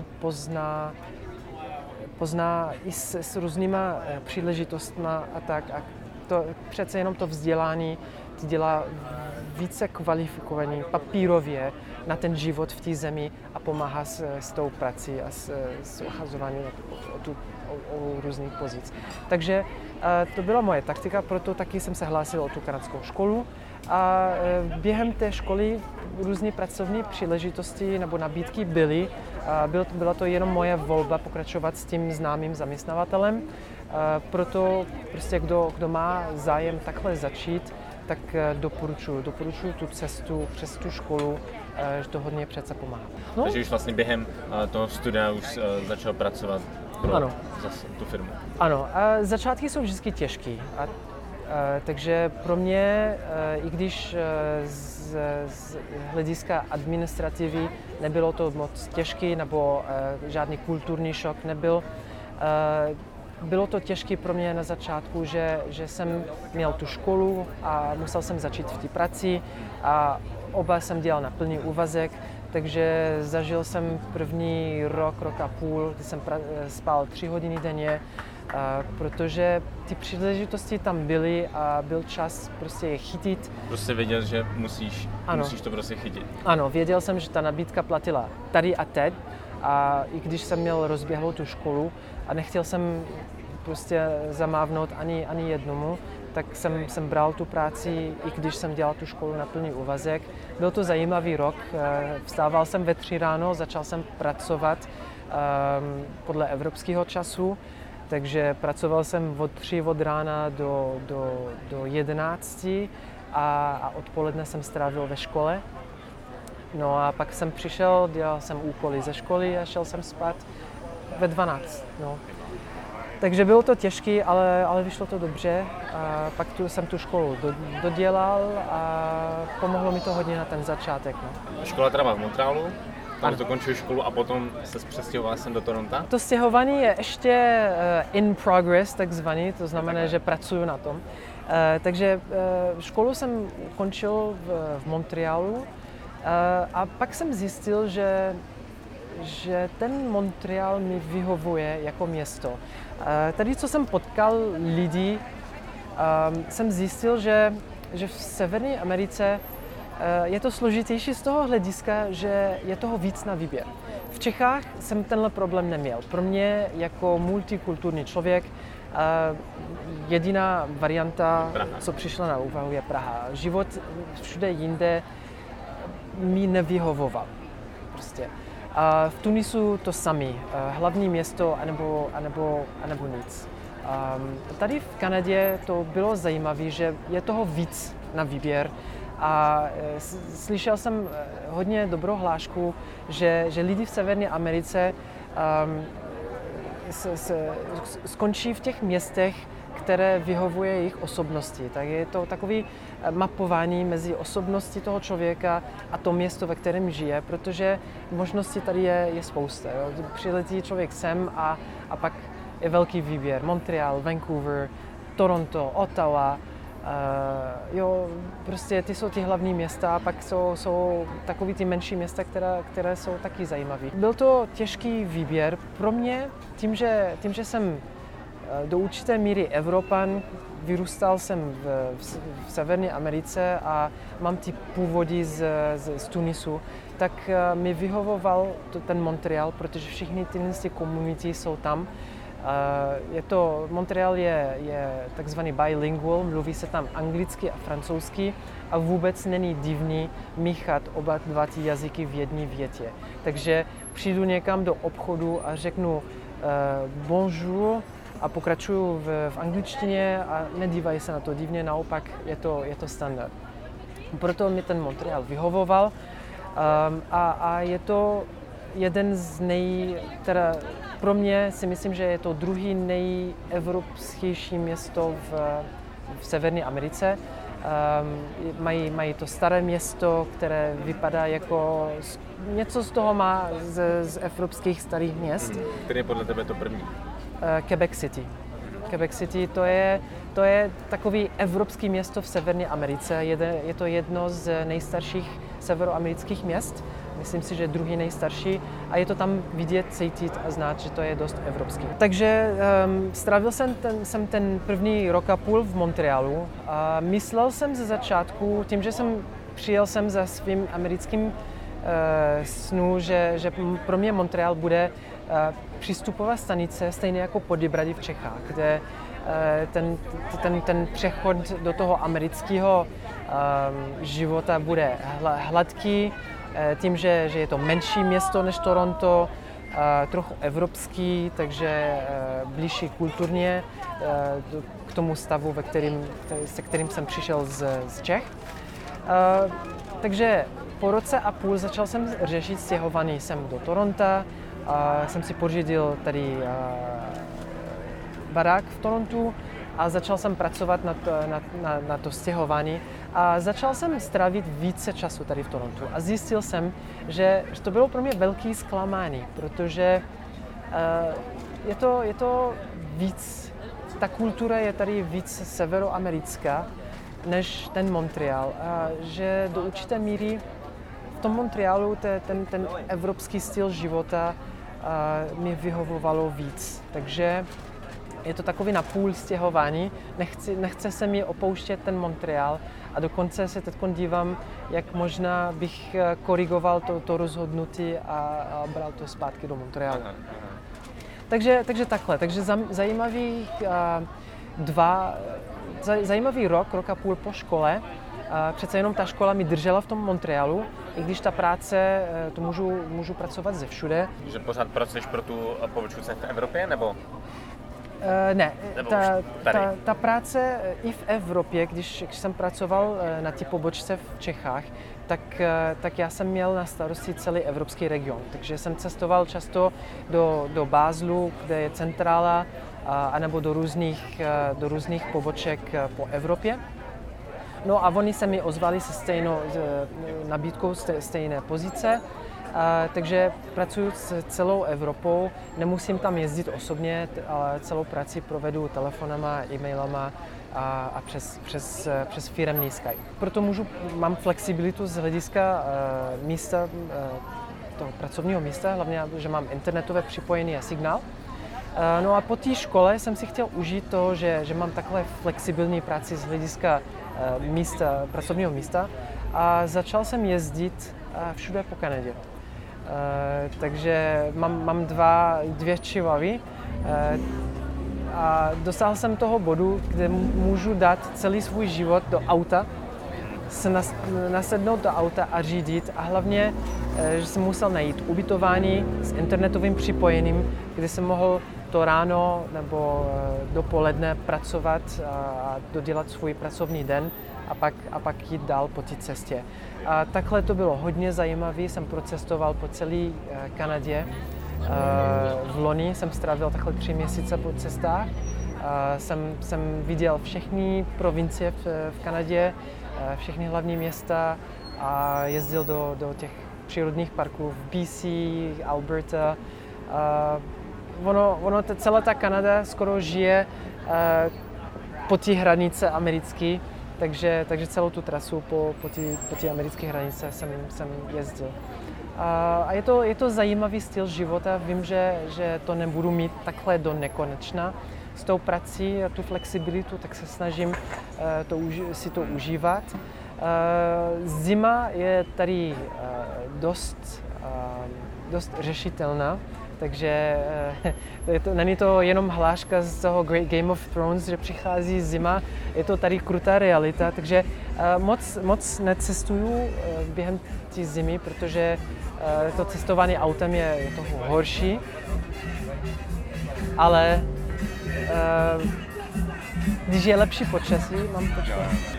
pozná i s různýma příležitostma a tak. A to přece jenom to vzdělání ti dělá více kvalifikovaný papírově na ten život v té zemi a pomáhá s tou prací a s uchazováním o různých pozic. Takže to byla moje taktika, proto taky jsem se hlásil o tu kanadskou školu a během té školy různé pracovní příležitosti nebo nabídky byly. Byla to jenom moje volba pokračovat s tím známým zaměstnavatelem, proto prostě kdo má zájem takhle začít, tak doporučuji tu cestu přes tu školu, že to hodně přece pomáhá. No. Takže už vlastně během toho studia už začal pracovat pro zase tu firmu. Ano, a začátky jsou vždycky těžké. Takže pro mě, i když z hlediska administrativy nebylo to moc těžké, nebo žádný kulturní šok nebyl, bylo to těžké pro mě na začátku, že jsem měl tu školu a musel jsem začít v té práci a oba jsem dělal na plný úvazek, takže zažil jsem první rok a půl, kdy jsem spal 3 hodiny denně, protože ty příležitosti tam byly a byl čas prostě je chytit. Prostě věděl, že musíš to prostě chytit. Ano, věděl jsem, že ta nabídka platila tady a teď a i když jsem měl rozběhlou tu školu a nechtěl jsem prostě zamávnout ani jednomu, tak jsem bral tu práci, i když jsem dělal tu školu na plný úvazek. Byl to zajímavý rok, vstával jsem ve 3 ráno, začal jsem pracovat podle evropského času, takže pracoval jsem od 3 od rána do 11 a odpoledne jsem strávil ve škole. No a pak jsem přišel, dělal jsem úkoly ze školy a šel jsem spát ve 12. No. Takže bylo to těžké, ale vyšlo to dobře. A pak jsem tu školu dodělal a pomohlo mi to hodně na ten začátek. No. Škola teda v Montrealu, tam dokončil školu a potom se přestěhoval jsem do Toronto? To stěhování je ještě in progress, takzvaný, to znamená, že pracuju na tom. Takže školu jsem končil v Montrealu a pak jsem zjistil, že ten Montreal mi vyhovuje jako město. Tady, co jsem potkal lidi, jsem zjistil, že v Severní Americe je to složitější z toho hlediska, že je toho víc na výběr. V Čechách jsem tenhle problém neměl. Pro mě jako multikulturní člověk jediná varianta, co přišla na úvahu, je Praha. Život všude jinde mi nevyhovoval. Prostě. A v Tunisu to samé, hlavní město anebo nic. Tady v Kanadě to bylo zajímavé, že je toho víc na výběr a slyšel jsem hodně dobrou hlášku, že lidi v Severní Americe skončí v těch městech, které vyhovuje jejich osobnosti. Tak je to takový mapování mezi osobností toho člověka a to město, ve kterém žije, protože možností tady je spousta. Jo. Přiletí člověk sem a pak je velký výběr. Montreal, Vancouver, Toronto, Ottawa. Prostě ty jsou ty hlavní města a pak jsou takový ty menší města, které jsou taky zajímavé. Byl to těžký výběr pro mě, tím, že jsem do určité míry Evropan, vyrůstal jsem v Severní Americe a mám ty původy z Tunisu, tak mi vyhovoval ten Montreal, protože všechny ty komunity jsou tam. Montreal je takzvaný bilingual, mluví se tam anglicky a francouzsky a vůbec není divný míchat oba dva ty jazyky v jedné větě. Takže přijdu někam do obchodu a řeknu bonjour a pokračuju v angličtině a nedívají se na to divně, naopak je to standard. Proto mi ten Montreal vyhovoval a je to jeden z pro mě si myslím, že je to druhý nejevropskéjší město v Severní Americe. Mají to staré město, které vypadá jako něco z toho má z evropských starých měst. Který je podle tebe to první? Quebec City. Quebec City to je takový evropský město v Severní Americe. Je to jedno z nejstarších severoamerických měst. Myslím si, že druhý nejstarší a je to tam vidět, cítit a znát, že to je dost evropský. Takže strávil jsem ten první rok a půl v Montrealu a myslel jsem ze začátku, tím, že jsem přijel sem za svým americkým snu, že pro mě Montreal bude přístupová stanice, stejně jako Poděbrady v Čechách, kde ten přechod do toho amerického života bude hladký, tím, že je to menší město než Toronto, trochu evropský, takže blížší kulturně k tomu stavu, se kterým jsem přišel z Čech. Takže po roce a půl začal jsem řešit stěhování sem do Toronta. Jsem si pořídil tady barák v Torontu a začal jsem pracovat na to stěhování. A začal jsem strávit více času tady v Torontu a zjistil jsem, že to bylo pro mě velký zklamání, protože je to víc, ta kultura je tady víc severoamerická než ten Montreal. A že do určité míry v tom Montrealu ten evropský styl života mi vyhovovalo víc. Takže je to takový napůl stěhování, nechce se mi opouštět ten Montreal a dokonce se teď dívám, jak možná bych korigoval to rozhodnutí a bral to zpátky do Montrealu. Takže takhle, takže zajímavý rok a půl po škole. Přece jenom ta škola mi držela v tom Montrealu, i když ta práce, to můžu pracovat ze všude. Že pořád pracuješ pro tu pobočku v Evropě, nebo? Ne, ta práce i v Evropě, když jsem pracoval na té pobočce v Čechách, tak já jsem měl na starosti celý evropský region. Takže jsem cestoval často do Bázlu, kde je centrála, anebo do různých poboček po Evropě. No a oni se mi ozvali se stejnou nabídkou stejné pozice. Takže pracuji s celou Evropou, nemusím tam jezdit osobně, ale celou práci provedu telefonama, e-mailama a přes firemní Skype. Proto mám flexibilitu z hlediska místa, toho pracovního místa, hlavně, že mám internetové připojení a signál. No a po té škole jsem si chtěl užít to, že mám takhle flexibilní práci z hlediska pracovního místa a začal jsem jezdit všude po Kanadě. Takže mám dvě čivavy a dosáhl jsem toho bodu, kde můžu dát celý svůj život do auta, se nasednout do auta a řídit a hlavně, že jsem musel najít ubytování s internetovým připojením, kde jsem mohl to ráno nebo dopoledne pracovat a dodělat svůj pracovní den a pak jít dál po té cestě. A takhle to bylo hodně zajímavé, jsem procestoval po celé Kanadě. V loni jsem strávil takhle 3 měsíce po cestách. Jsem viděl všechny provincie v Kanadě, všechny hlavní města a jezdil do těch přírodních parků v BC, Alberta. Celá ta Kanada skoro žije po té hranice americké, takže celou tu trasu po té americké hranice jsem jezdil. A je to zajímavý styl života, vím, že to nebudu mít takhle do nekonečna. S tou prací a tu flexibilitu, tak se snažím si to užívat. Zima je tady dost řešitelná, takže není to jenom hláška z toho Game of Thrones, že přichází zima, je to tady krutá realita, takže moc necestuju během té zimy, protože to cestování autem je toho horší, ale když je lepší počasí, mám počasí.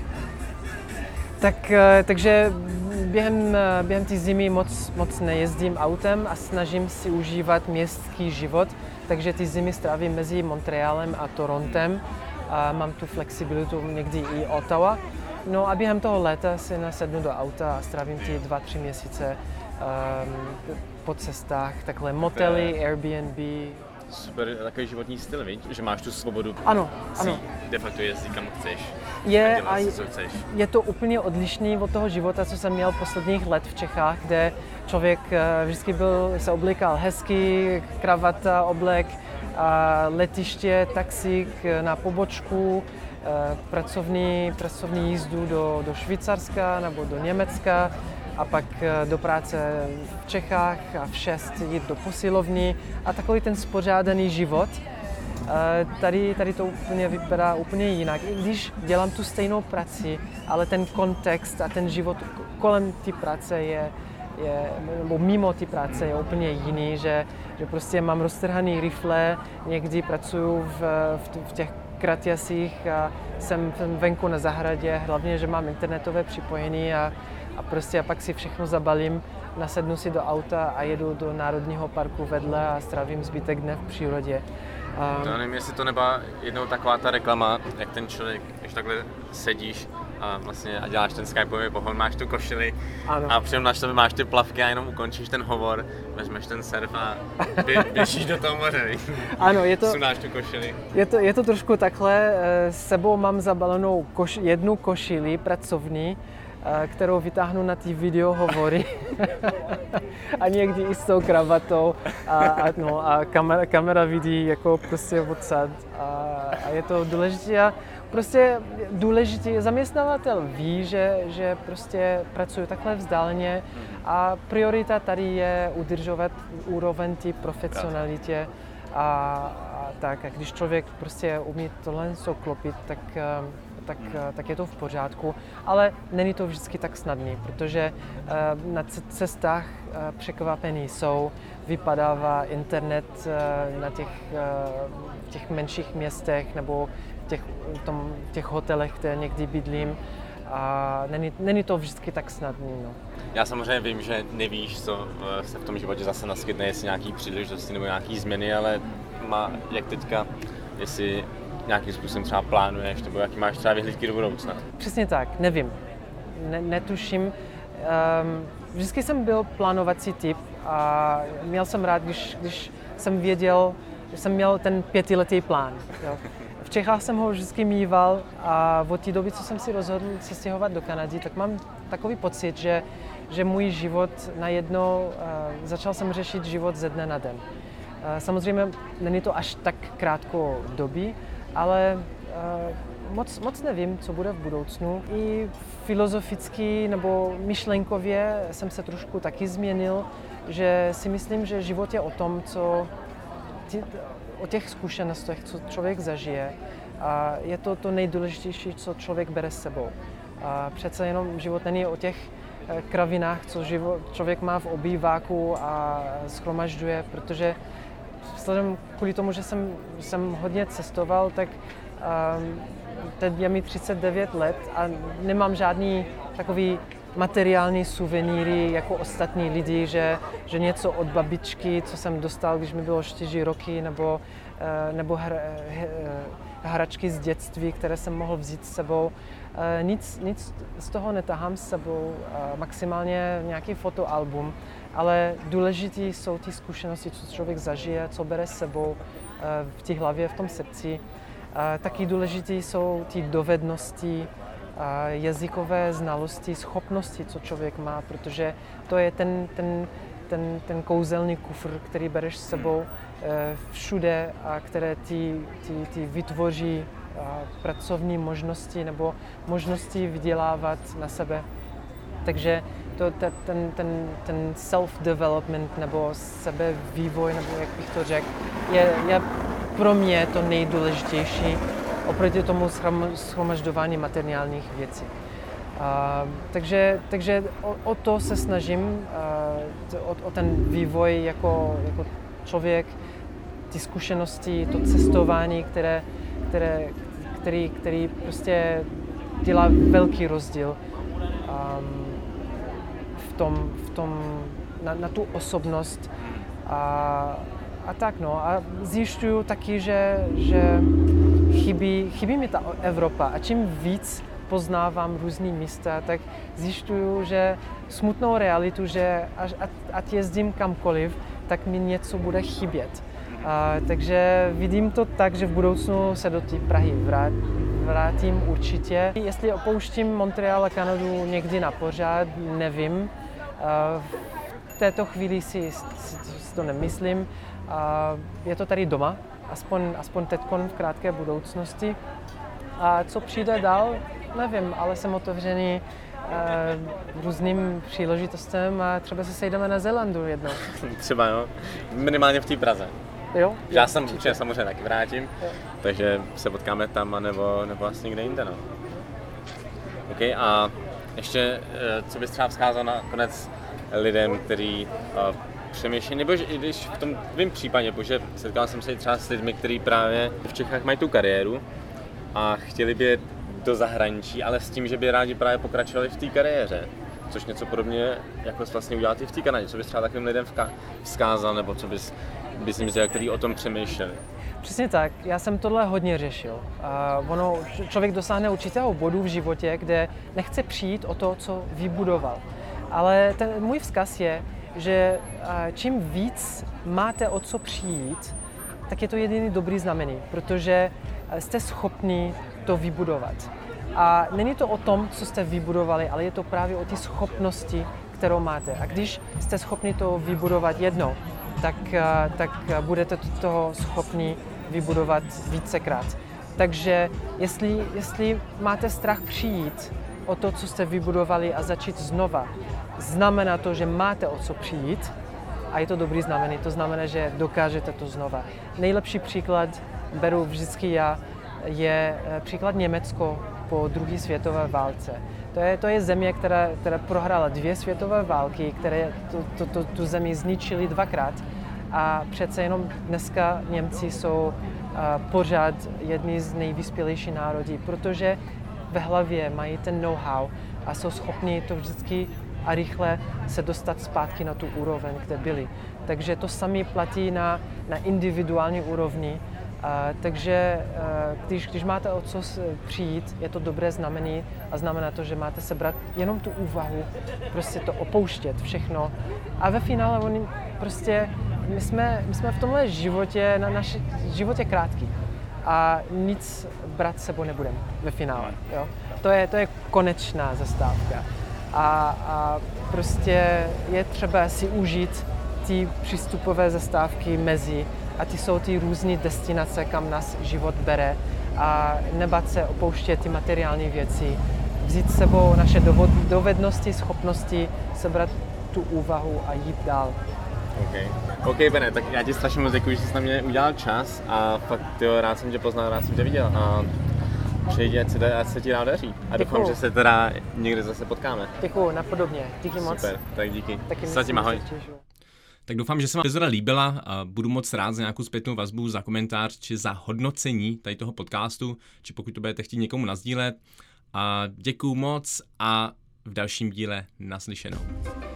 Takže během té zimy moc nejezdím autem a snažím si užívat městský život, takže ty zimy strávím mezi Montrealem a Torontem a mám tu flexibilitu někdy i Ottawa. No a během toho léta si nasednu do auta a strávím ty 2-3 měsíce po cestách, takhle motely, Airbnb. Super, takový životní styl, víš? Že máš tu svobodu. Ano. De facto jezdí kam chceš. Co chceš. Je to úplně odlišný od toho života, co jsem měl posledních let v Čechách, kde člověk vždycky se oblíkal hezky, kravata, oblek, letiště, taxík na pobočku, pracovní jízdu do Švýcarska nebo do Německa a pak do práce v Čechách a v 6 jít do posilovny a takový ten spořádaný život. Tady to vypadá úplně jinak, i když dělám tu stejnou práci, ale ten kontext a ten život kolem té práce nebo mimo ty práce je úplně jiný, že prostě mám roztrhaný rifle, někdy pracuju v těch kratěsích a jsem venku na zahradě, hlavně, že mám internetové připojení a pak si všechno zabalím, nasednu si do auta a jedu do národního parku vedle a strávím zbytek dne v přírodě. To nevím, jestli to nebyla jednou taková ta reklama, jak ten člověk, když takhle sedíš a vlastně a děláš ten skypeový pohon, máš tu košili a přitom na sobě máš ty plavky a jenom ukončíš ten hovor, vezmeš ten surf a běžíš do toho moře. Ano, sunáš tu košili. Je to trošku takhle, s sebou mám zabalenou jednu košili pracovní, kterou vytáhnu na ty videohovory a někdy i s tou kravatou a kamera vidí jako prostě odsad a je to důležité. Prostě důležitý zaměstnavatel ví, že prostě pracuji takhle vzdáleně a priorita tady je udržovat úroveň té profesionalitě a tak. A když člověk prostě umí tohle klopit, tak je to v pořádku, ale není to vždycky tak snadný, protože na cestách překvapení jsou, vypadává internet na těch menších městech nebo těch hotelech, kde někdy bydlím a není to vždycky tak snadný. No. Já samozřejmě vím, že nevíš, co se v tom životě zase naskytne, jestli nějaký příležitosti nebo nějaký změny, ale jak teďka, jestli nějakým způsobem třeba plánuješ, nebo jaký máš třeba vyhlídky do budoucna? Přesně tak, nevím. Netuším. Vždycky jsem byl plánovací typ a měl jsem rád, když jsem věděl, že jsem měl ten 5letý plán. Jo. V Čechách jsem ho vždycky mýval a od té doby, co jsem si rozhodl se stěhovat do Kanady, tak mám takový pocit, že můj život najednou, začal jsem řešit život ze dne na den. Samozřejmě není to až tak krátkou doby, ale moc nevím, co bude v budoucnu. I filozoficky nebo myšlenkově jsem se trošku taky změnil, že si myslím, že život je o tom, o těch zkušenostech, co člověk zažije. A je to nejdůležitější, co člověk bere s sebou. A přece jenom život není o těch kravinách, co člověk má v obýváku a shromažďuje, protože vzhledem kvůli tomu, že jsem hodně cestoval, tak teď je mi 39 let a nemám žádný takový materiální suvenýry jako ostatní lidi, že něco od babičky, co jsem dostal, když mi bylo 4 roky, nebo hračky z dětství, které jsem mohl vzít s sebou. Nic z toho netahám s sebou, maximálně nějaký fotoalbum, ale důležité jsou ty zkušenosti, co člověk zažije, co bere s sebou v té hlavě, v tom srdci. Taky důležité jsou ty dovednosti, jazykové znalosti, schopnosti, co člověk má, protože to je ten kouzelný kufr, který bereš s sebou všude a které ti vytvoří pracovní možnosti nebo možnosti vydělávat na sebe. Takže ten self-development nebo sebevývoj, nebo jak bych to řekl, je pro mě to nejdůležitější oproti tomu shromažďování materiálních věcí. Takže o to se snažím, o ten vývoj jako člověk, ty zkušenosti, to cestování, který prostě dělá velký rozdíl na tu osobnost a tak no. A zjišťuju taky, že chybí mi ta Evropa a čím víc poznávám různý místa, tak zjišťuju, že smutnou realitu, že ať jezdím kamkoliv, tak mi něco bude chybět. Takže vidím to tak, že v budoucnu se do té Prahy vrátím určitě. Jestli opouštím Montreal a Kanadu někdy na pořád, nevím. V této chvíli si to nemyslím. Je to tady doma, aspoň teďkon v krátké budoucnosti. A co přijde dál, nevím, ale jsem otevřený různým příležitostem a třeba se sejdeme na Zélandu jednou. Třeba jo, minimálně v té Praze. Jo? Já jsem určitě samozřejmě taky vrátím, takže se potkáme tam nebo vlastně někde jinde. No. OK, a ještě, co bys třeba vzkázal na konec lidem, který přemýšlí, nebo že, i když v tom tvým případě, protože setkal jsem se třeba s lidmi, kteří právě v Čechách mají tu kariéru a chtěli by jet do zahraničí, ale s tím, že by rádi právě pokračovali v té kariéře. Což něco podobně, jako jsi vlastně udělal ty v té Kanadě. Co bys třeba takovým lidem vzkázal, nebo co bys jim řekl, který o tom přemýšleli? Přesně tak, já jsem tohle hodně řešil. Člověk dosáhne určitého bodu v životě, kde nechce přijít o to, co vybudoval. Ale ten můj vzkaz je, že čím víc máte o co přijít, tak je to jediný dobrý znamení, protože jste schopni to vybudovat. A není to o tom, co jste vybudovali, ale je to právě o té schopnosti, kterou máte. A když jste schopni to vybudovat jednou, tak budete toho schopni vybudovat vícekrát. Takže jestli máte strach přijít o to, co jste vybudovali a začít znova, znamená to, že máte o co přijít a je to dobrý znamení. To znamená, že dokážete to znova. Nejlepší příklad beru vždycky já, je příklad Německo po druhé světové válce. To je země, která prohrála 2 světové války, které tu zemi zničily 2krát. A přece jenom dneska Němci jsou pořád jedni z nejvyspělejších národů, protože ve hlavě mají ten know-how a jsou schopni to vždycky a rychle se dostat zpátky na tu úroveň, kde byli. Takže to samé platí na individuální úrovni. Takže když máte o co přijít, je to dobré znamení a znamená to, že máte sebrat jenom tu úvahu, prostě to opouštět všechno. A ve finále my jsme v tomhle životě, na naše životě krátký a nic brát s sebou nebudeme ve finále. Jo? To je konečná zastávka. A prostě je třeba si užít ty přístupové zastávky mezi a ty jsou ty různé destinace, kam nás život bere a nebát se opouštět ty materiální věci, vzít s sebou naše dovednosti, schopnosti, sebrat tu úvahu a jít dál. OK, Bene, tak já ti strašně moc děkuji, že jsi na mě udělal čas a fakt rád jsem tě poznal, rád jsem tě viděl a přeji, ať se ti rád daří. A doufám, že se teda někdy zase potkáme. Děkuju, napodobně. Díky moc. Super, tak díky. Zatím ahoj. Tak doufám, že se vám epizoda líbila a budu moc rád za nějakou zpětnou vazbu, za komentář či za hodnocení tady toho podcastu, či pokud to budete chtít někomu nasdílet. A děkuju moc a v dalším díle naslyšenou.